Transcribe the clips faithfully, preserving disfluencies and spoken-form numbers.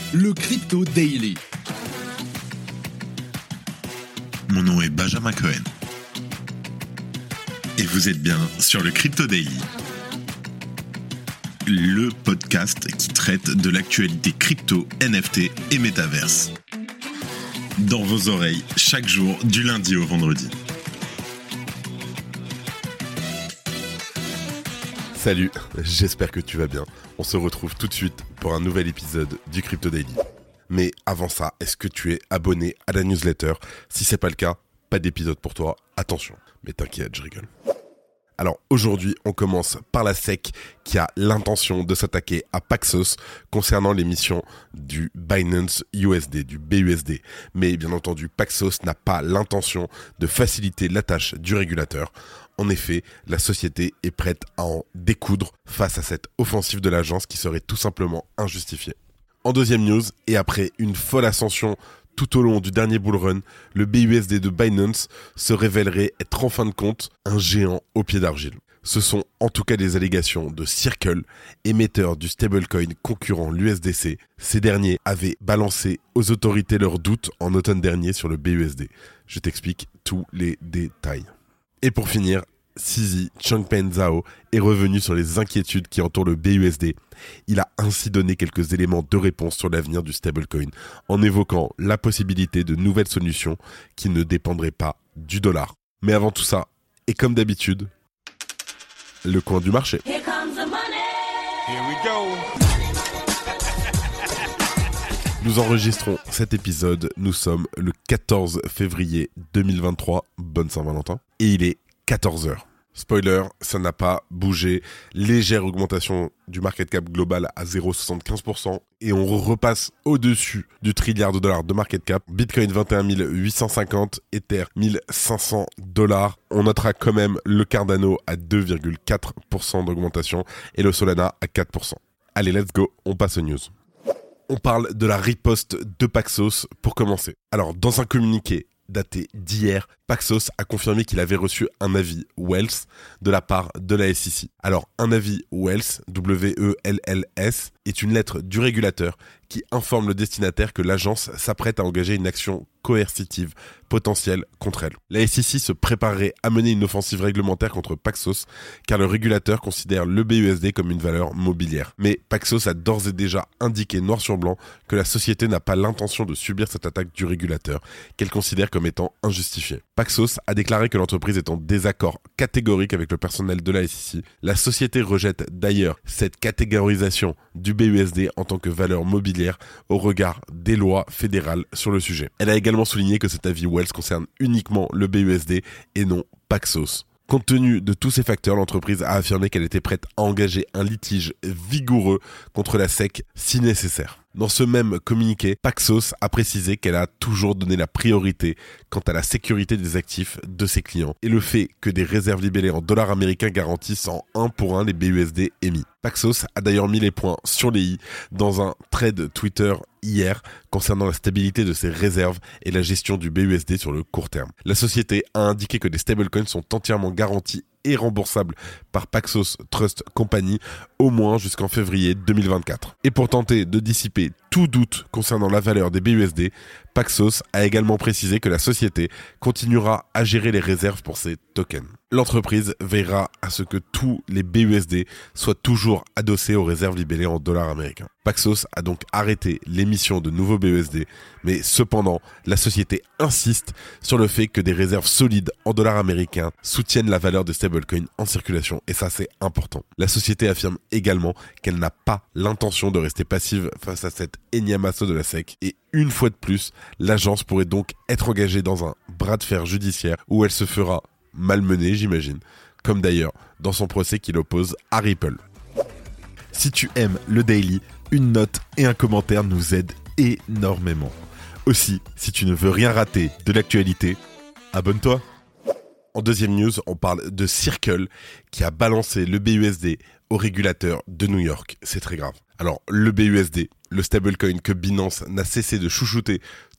le Crypto Daily. Mon nom est Benjamin Cohen. Et vous êtes bien sur le Crypto Daily, le podcast qui traite de l'actualité crypto, N F T et métaverse. Dans vos oreilles, chaque jour, du lundi au vendredi. Salut, j'espère que tu vas bien. On se retrouve tout de suite pour un nouvel épisode du Crypto Daily. Mais avant ça, est-ce que tu es abonné à la newsletter ? Si c'est pas le cas, pas d'épisode pour toi, attention. Mais t'inquiète, je rigole. Alors aujourd'hui, on commence par la S E C qui a l'intention de s'attaquer à Paxos concernant l'émission du Binance U S D, du B U S D. Mais bien entendu, Paxos n'a pas l'intention de faciliter la tâche du régulateur. En effet, la société est prête à en découdre face à cette offensive de l'agence qui serait tout simplement injustifiée. En deuxième news, et après une folle ascension tout au long du dernier bull run, le B U S D de Binance se révélerait être en fin de compte un géant au pied d'argile. Ce sont en tout cas des allégations de Circle, émetteur du stablecoin concurrent l'U S D C. Ces derniers avaient balancé aux autorités leurs doutes en automne dernier sur le B U S D. Je t'explique tous les détails. Et pour finir, C Z Changpeng Zhao est revenu sur les inquiétudes qui entourent le B U S D. Il a ainsi donné quelques éléments de réponse sur l'avenir du stablecoin, en évoquant la possibilité de nouvelles solutions qui ne dépendraient pas du dollar. Mais avant tout ça, et comme d'habitude, le coin du marché. Here comes the money. Here we go. Nous enregistrons cet épisode, nous sommes le quatorze février deux mille vingt-trois, bonne Saint-Valentin, et il est quatorze heures. Spoiler, ça n'a pas bougé, légère augmentation du market cap global à zéro virgule soixante-quinze pour cent, et on repasse au-dessus du trilliard de dollars de market cap, Bitcoin vingt et un mille huit cent cinquante, Ether mille cinq cents dollars, on notera quand même le Cardano à deux virgule quatre pour cent d'augmentation, et le Solana à quatre pour cent. Allez, let's go, on passe aux news. On parle de la riposte de Paxos pour commencer. Alors, dans un communiqué daté d'hier, Paxos a confirmé qu'il avait reçu un avis Wells de la part de la S E C. Alors, un avis Wells, W E L L S, est une lettre du régulateur qui informe le destinataire que l'agence s'apprête à engager une action coercitive potentielle contre elle. La S E C se préparerait à mener une offensive réglementaire contre Paxos car le régulateur considère le B U S D comme une valeur mobilière. Mais Paxos a d'ores et déjà indiqué noir sur blanc que la société n'a pas l'intention de subir cette attaque du régulateur qu'elle considère comme étant injustifiée. Paxos a déclaré que l'entreprise est en désaccord catégorique avec le personnel de la S E C. La société rejette d'ailleurs cette catégorisation du B U S D en tant que valeur mobilière au regard des lois fédérales sur le sujet. Elle a également souligné que cet avis Wells concerne uniquement le B U S D et non Paxos. Compte tenu de tous ces facteurs, l'entreprise a affirmé qu'elle était prête à engager un litige vigoureux contre la S E C si nécessaire. Dans ce même communiqué, Paxos a précisé qu'elle a toujours donné la priorité quant à la sécurité des actifs de ses clients et le fait que des réserves libellées en dollars américains garantissent en un pour un les B U S D émis. Paxos a d'ailleurs mis les points sur les i dans un thread Twitter hier concernant la stabilité de ses réserves et la gestion du B U S D sur le court terme. La société a indiqué que les stablecoins sont entièrement garantis et remboursables par Paxos Trust Company au moins jusqu'en février deux mille vingt-quatre. Et pour tenter de dissiper tout doute concernant la valeur des B U S D, Paxos a également précisé que la société continuera à gérer les réserves pour ses tokens. L'entreprise veillera à ce que tous les B U S D soient toujours adossés aux réserves libellées en dollars américains. Paxos a donc arrêté l'émission de nouveaux B U S D, mais cependant, la société insiste sur le fait que des réserves solides en dollars américains soutiennent la valeur des stablecoins en circulation, et ça c'est important. La société affirme également qu'elle n'a pas l'intention de rester passive face à cette énième assaut de la S E C, et une fois de plus, l'agence pourrait donc être engagée dans un bras de fer judiciaire où elle se fera malmenée, j'imagine, comme d'ailleurs dans son procès qui l'oppose à Ripple. Si tu aimes le Daily, une note et un commentaire nous aident énormément. Aussi, si tu ne veux rien rater de l'actualité, abonne-toi. En deuxième news, on parle de Circle qui a balancé le B U S D au régulateur de New York. C'est très grave. Alors, le B U S D, le stablecoin que Binance n'a cessé de chouchouter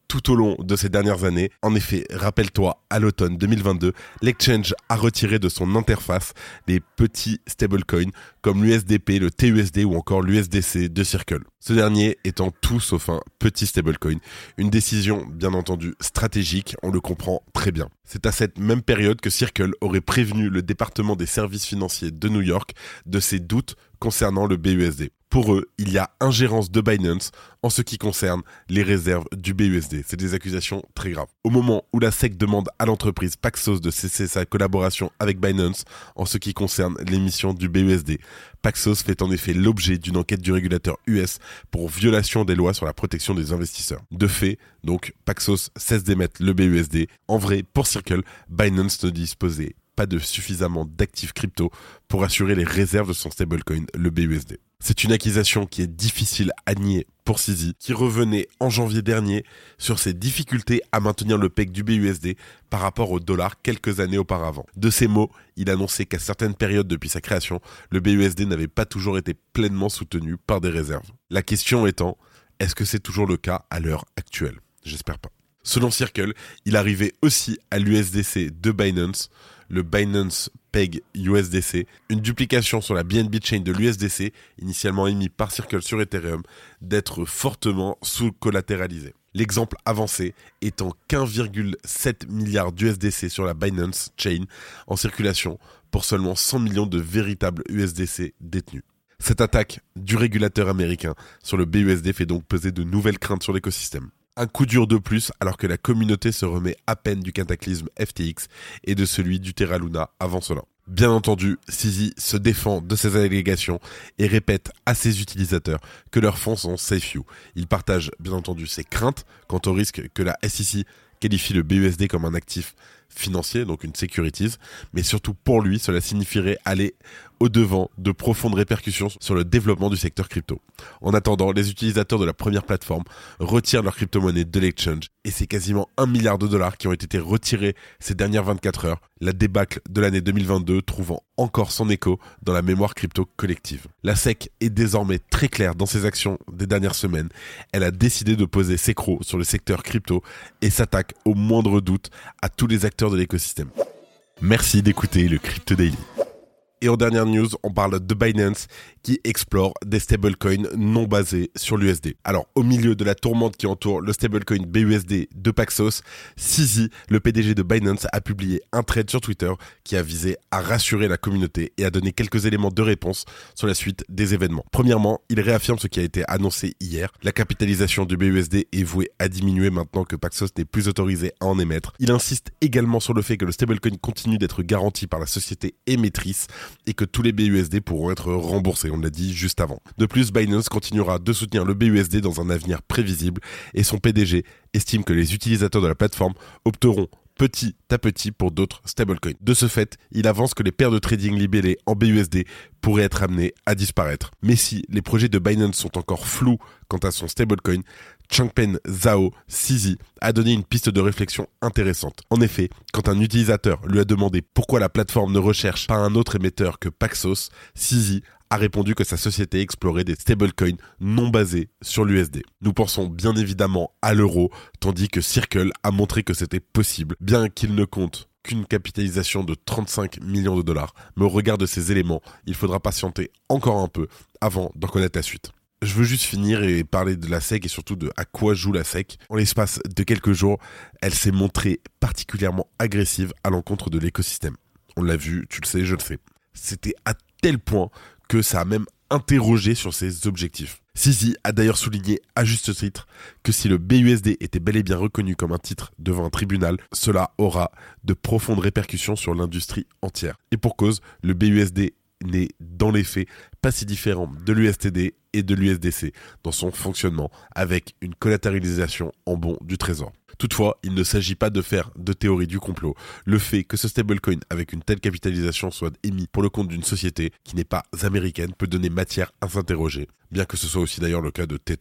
tout au long de ces dernières années. En effet, rappelle-toi, à l'automne deux mille vingt-deux, l'exchange a retiré de son interface les petits stablecoins comme l'U S D P, le T U S D ou encore l'U S D C de Circle. Ce dernier étant tout sauf un petit stablecoin. Une décision, bien entendu, stratégique, on le comprend très bien. C'est à cette même période que Circle aurait prévenu le département des services financiers de New York de ses doutes concernant le B U S D. Pour eux, il y a ingérence de Binance en ce qui concerne les réserves du B U S D. C'est des accusations très graves. Au moment où la S E C demande à l'entreprise Paxos de cesser sa collaboration avec Binance en ce qui concerne l'émission du B U S D, Paxos fait en effet l'objet d'une enquête du régulateur U S pour violation des lois sur la protection des investisseurs. De fait, donc, Paxos cesse d'émettre le B U S D. En vrai, pour Circle, Binance ne disposait pas de suffisamment d'actifs crypto pour assurer les réserves de son stablecoin, le B U S D. C'est une accusation qui est difficile à nier pour C Z, qui revenait en janvier dernier sur ses difficultés à maintenir le peg du B U S D par rapport au dollar quelques années auparavant. De ces mots, il annonçait qu'à certaines périodes depuis sa création, le B U S D n'avait pas toujours été pleinement soutenu par des réserves. La question étant, est-ce que c'est toujours le cas à l'heure actuelle ? J'espère pas. Selon Circle, il arrivait aussi à l'U S D C de Binance, le Binance Peg U S D C, une duplication sur la B N B chain de l'U S D C, initialement émis par Circle sur Ethereum, d'être fortement sous-collatéralisé. L'exemple avancé étant qu'un virgule sept milliard d'U S D C sur la Binance Chain en circulation pour seulement cent millions de véritables U S D C détenus. Cette attaque du régulateur américain sur le B U S D fait donc peser de nouvelles craintes sur l'écosystème. Un coup dur de plus alors que la communauté se remet à peine du cataclysme F T X et de celui du Terra Luna avant cela. Bien entendu, C Z se défend de ces allégations et répète à ses utilisateurs que leurs fonds sont safe you. Il partage bien entendu ses craintes quant au risque que la S E C qualifie le B U S D comme un actif financier, donc une securities, mais surtout pour lui, cela signifierait aller au-devant de profondes répercussions sur le développement du secteur crypto. En attendant, les utilisateurs de la première plateforme retirent leur crypto-monnaie de l'exchange et c'est quasiment un milliard de dollars qui ont été retirés ces dernières vingt-quatre heures, la débâcle de l'année deux mille vingt-deux trouvant encore son écho dans la mémoire crypto collective. La S E C est désormais très claire dans ses actions des dernières semaines. Elle a décidé de poser ses crocs sur le secteur crypto et s'attaque au moindre doute à tous les acteurs de l'écosystème. Merci d'écouter le Crypto Daily. Et en dernière news, on parle de Binance qui explore des stablecoins non basés sur l'U S D. Alors, au milieu de la tourmente qui entoure le stablecoin B U S D de Paxos, C Z, le P D G de Binance, a publié un thread sur Twitter qui a visé à rassurer la communauté et à donner quelques éléments de réponse sur la suite des événements. Premièrement, il réaffirme ce qui a été annoncé hier. La capitalisation du B U S D est vouée à diminuer maintenant que Paxos n'est plus autorisé à en émettre. Il insiste également sur le fait que le stablecoin continue d'être garanti par la société émettrice et que tous les B U S D pourront être remboursés, on l'a dit juste avant. De plus, Binance continuera de soutenir le B U S D dans un avenir prévisible et son P D G estime que les utilisateurs de la plateforme opteront petit à petit pour d'autres stablecoins. De ce fait, il avance que les paires de trading libellées en B U S D pourraient être amenées à disparaître. Mais si les projets de Binance sont encore flous quant à son stablecoin, Changpeng Zhao, C Z, a donné une piste de réflexion intéressante. En effet, quand un utilisateur lui a demandé pourquoi la plateforme ne recherche pas un autre émetteur que Paxos, C Z a répondu que sa société explorait des stablecoins non basés sur l'U S D. Nous pensons bien évidemment à l'euro, tandis que Circle a montré que c'était possible, bien qu'il ne compte qu'une capitalisation de trente-cinq millions de dollars. Mais au regard de ces éléments, il faudra patienter encore un peu avant d'en connaître la suite. Je veux juste finir et parler de la S E C et surtout de à quoi joue la S E C. En l'espace de quelques jours, elle s'est montrée particulièrement agressive à l'encontre de l'écosystème. On l'a vu, tu le sais, je le sais. C'était à tel point que ça a même interrogé sur ses objectifs. C Z a d'ailleurs souligné à juste titre que si le B U S D était bel et bien reconnu comme un titre devant un tribunal, cela aura de profondes répercussions sur l'industrie entière. Et pour cause, le B U S D n'est dans les faits pas si différent de l'U S T D et de l'U S D C dans son fonctionnement, avec une collatéralisation en bon du trésor. Toutefois, il ne s'agit pas de faire de théorie du complot. Le fait que ce stablecoin avec une telle capitalisation soit émis pour le compte d'une société qui n'est pas américaine peut donner matière à s'interroger, bien que ce soit aussi d'ailleurs le cas de Tether.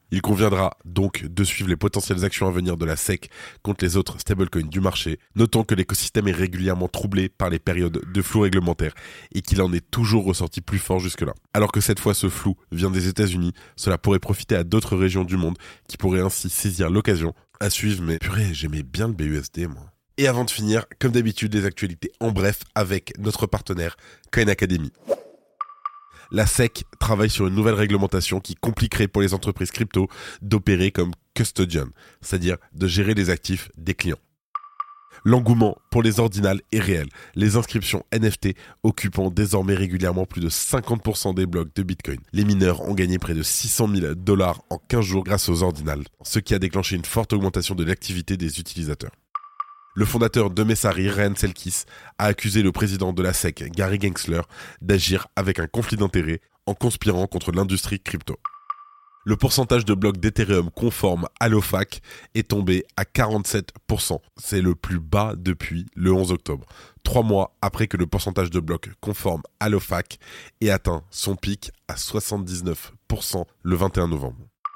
Il conviendra donc de suivre les potentielles actions à venir de la S E C contre les autres stablecoins du marché, notant que l'écosystème est régulièrement troublé par les périodes de flou réglementaire et qu'il en est toujours ressorti plus fort jusque-là. Alors que cette fois ce flou vient des États-Unis, cela pourrait profiter à d'autres régions du monde qui pourraient ainsi saisir l'occasion à suivre. Mais purée, j'aimais bien le B U S D moi. Et avant de finir, comme d'habitude, les actualités en bref avec notre partenaire Coin Academy. La S E C travaille sur une nouvelle réglementation qui compliquerait pour les entreprises crypto d'opérer comme custodian, c'est-à-dire de gérer les actifs des clients. L'engouement pour les ordinals est réel, les inscriptions N F T occupant désormais régulièrement plus de cinquante pour cent des blocs de Bitcoin. Les mineurs ont gagné près de six cent mille dollars en quinze jours grâce aux ordinals, ce qui a déclenché une forte augmentation de l'activité des utilisateurs. Le fondateur de Messari, Ryan Selkis, a accusé le président de la S E C, Gary Gensler, d'agir avec un conflit d'intérêts en conspirant contre l'industrie crypto. Le pourcentage de blocs d'Ethereum conforme à l'O F A C est tombé à quarante-sept pour cent. C'est le plus bas depuis le onze octobre, trois mois après que le pourcentage de blocs conforme à l'O F A C ait atteint son pic à soixante-dix-neuf pour cent le vingt et un novembre.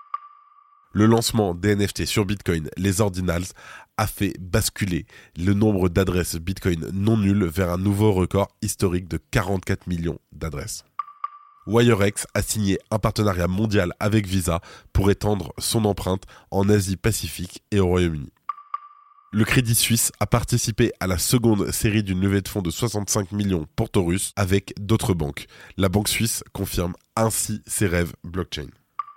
Le lancement des N F T sur Bitcoin, les ordinals, a fait basculer le nombre d'adresses Bitcoin non nulles vers un nouveau record historique de quarante-quatre millions d'adresses. WireX a signé un partenariat mondial avec Visa pour étendre son empreinte en Asie-Pacifique et au Royaume-Uni. Le Crédit Suisse a participé à la seconde série d'une levée de fonds de soixante-cinq millions pour Taurus avec d'autres banques. La banque suisse confirme ainsi ses rêves blockchain.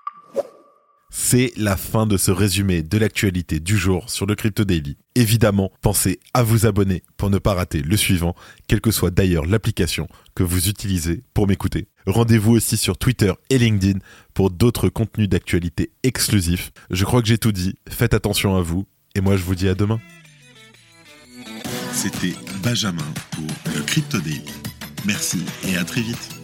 C'est la fin de ce résumé de l'actualité du jour sur le Crypto Daily. Évidemment, pensez à vous abonner pour ne pas rater le suivant, quelle que soit d'ailleurs l'application que vous utilisez pour m'écouter. Rendez-vous aussi sur Twitter et LinkedIn pour d'autres contenus d'actualité exclusifs. Je crois que j'ai tout dit, faites attention à vous, et moi je vous dis à demain. C'était Benjamin pour le Crypto Daily. Merci et à très vite.